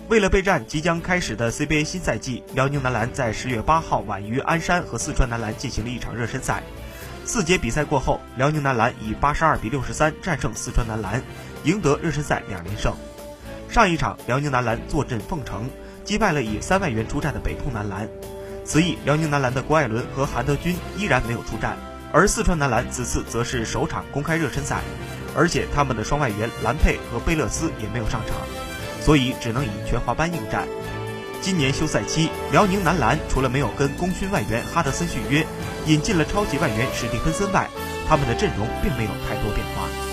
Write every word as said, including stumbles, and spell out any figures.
为了备战即将开始的 C B A 新赛季，辽宁男篮在十月八号晚于鞍山和四川男篮进行了一场热身赛。四节比赛过后，辽宁男篮以八十二比六十三战胜四川男篮，赢得热身赛两连胜。上一场，辽宁男篮坐镇凤城，击败了以三万元出战的北控男篮。此役，辽宁男篮的郭艾伦和韩德君依然没有出战，而四川男篮此次则是首场公开热身赛，而且他们的双外援兰佩和贝勒斯也没有上场，所以只能以全华班应战。今年休赛期，辽宁男篮除了没有跟功勋外援哈德森续约，引进了超级外援史蒂芬森外，他们的阵容并没有太多变化。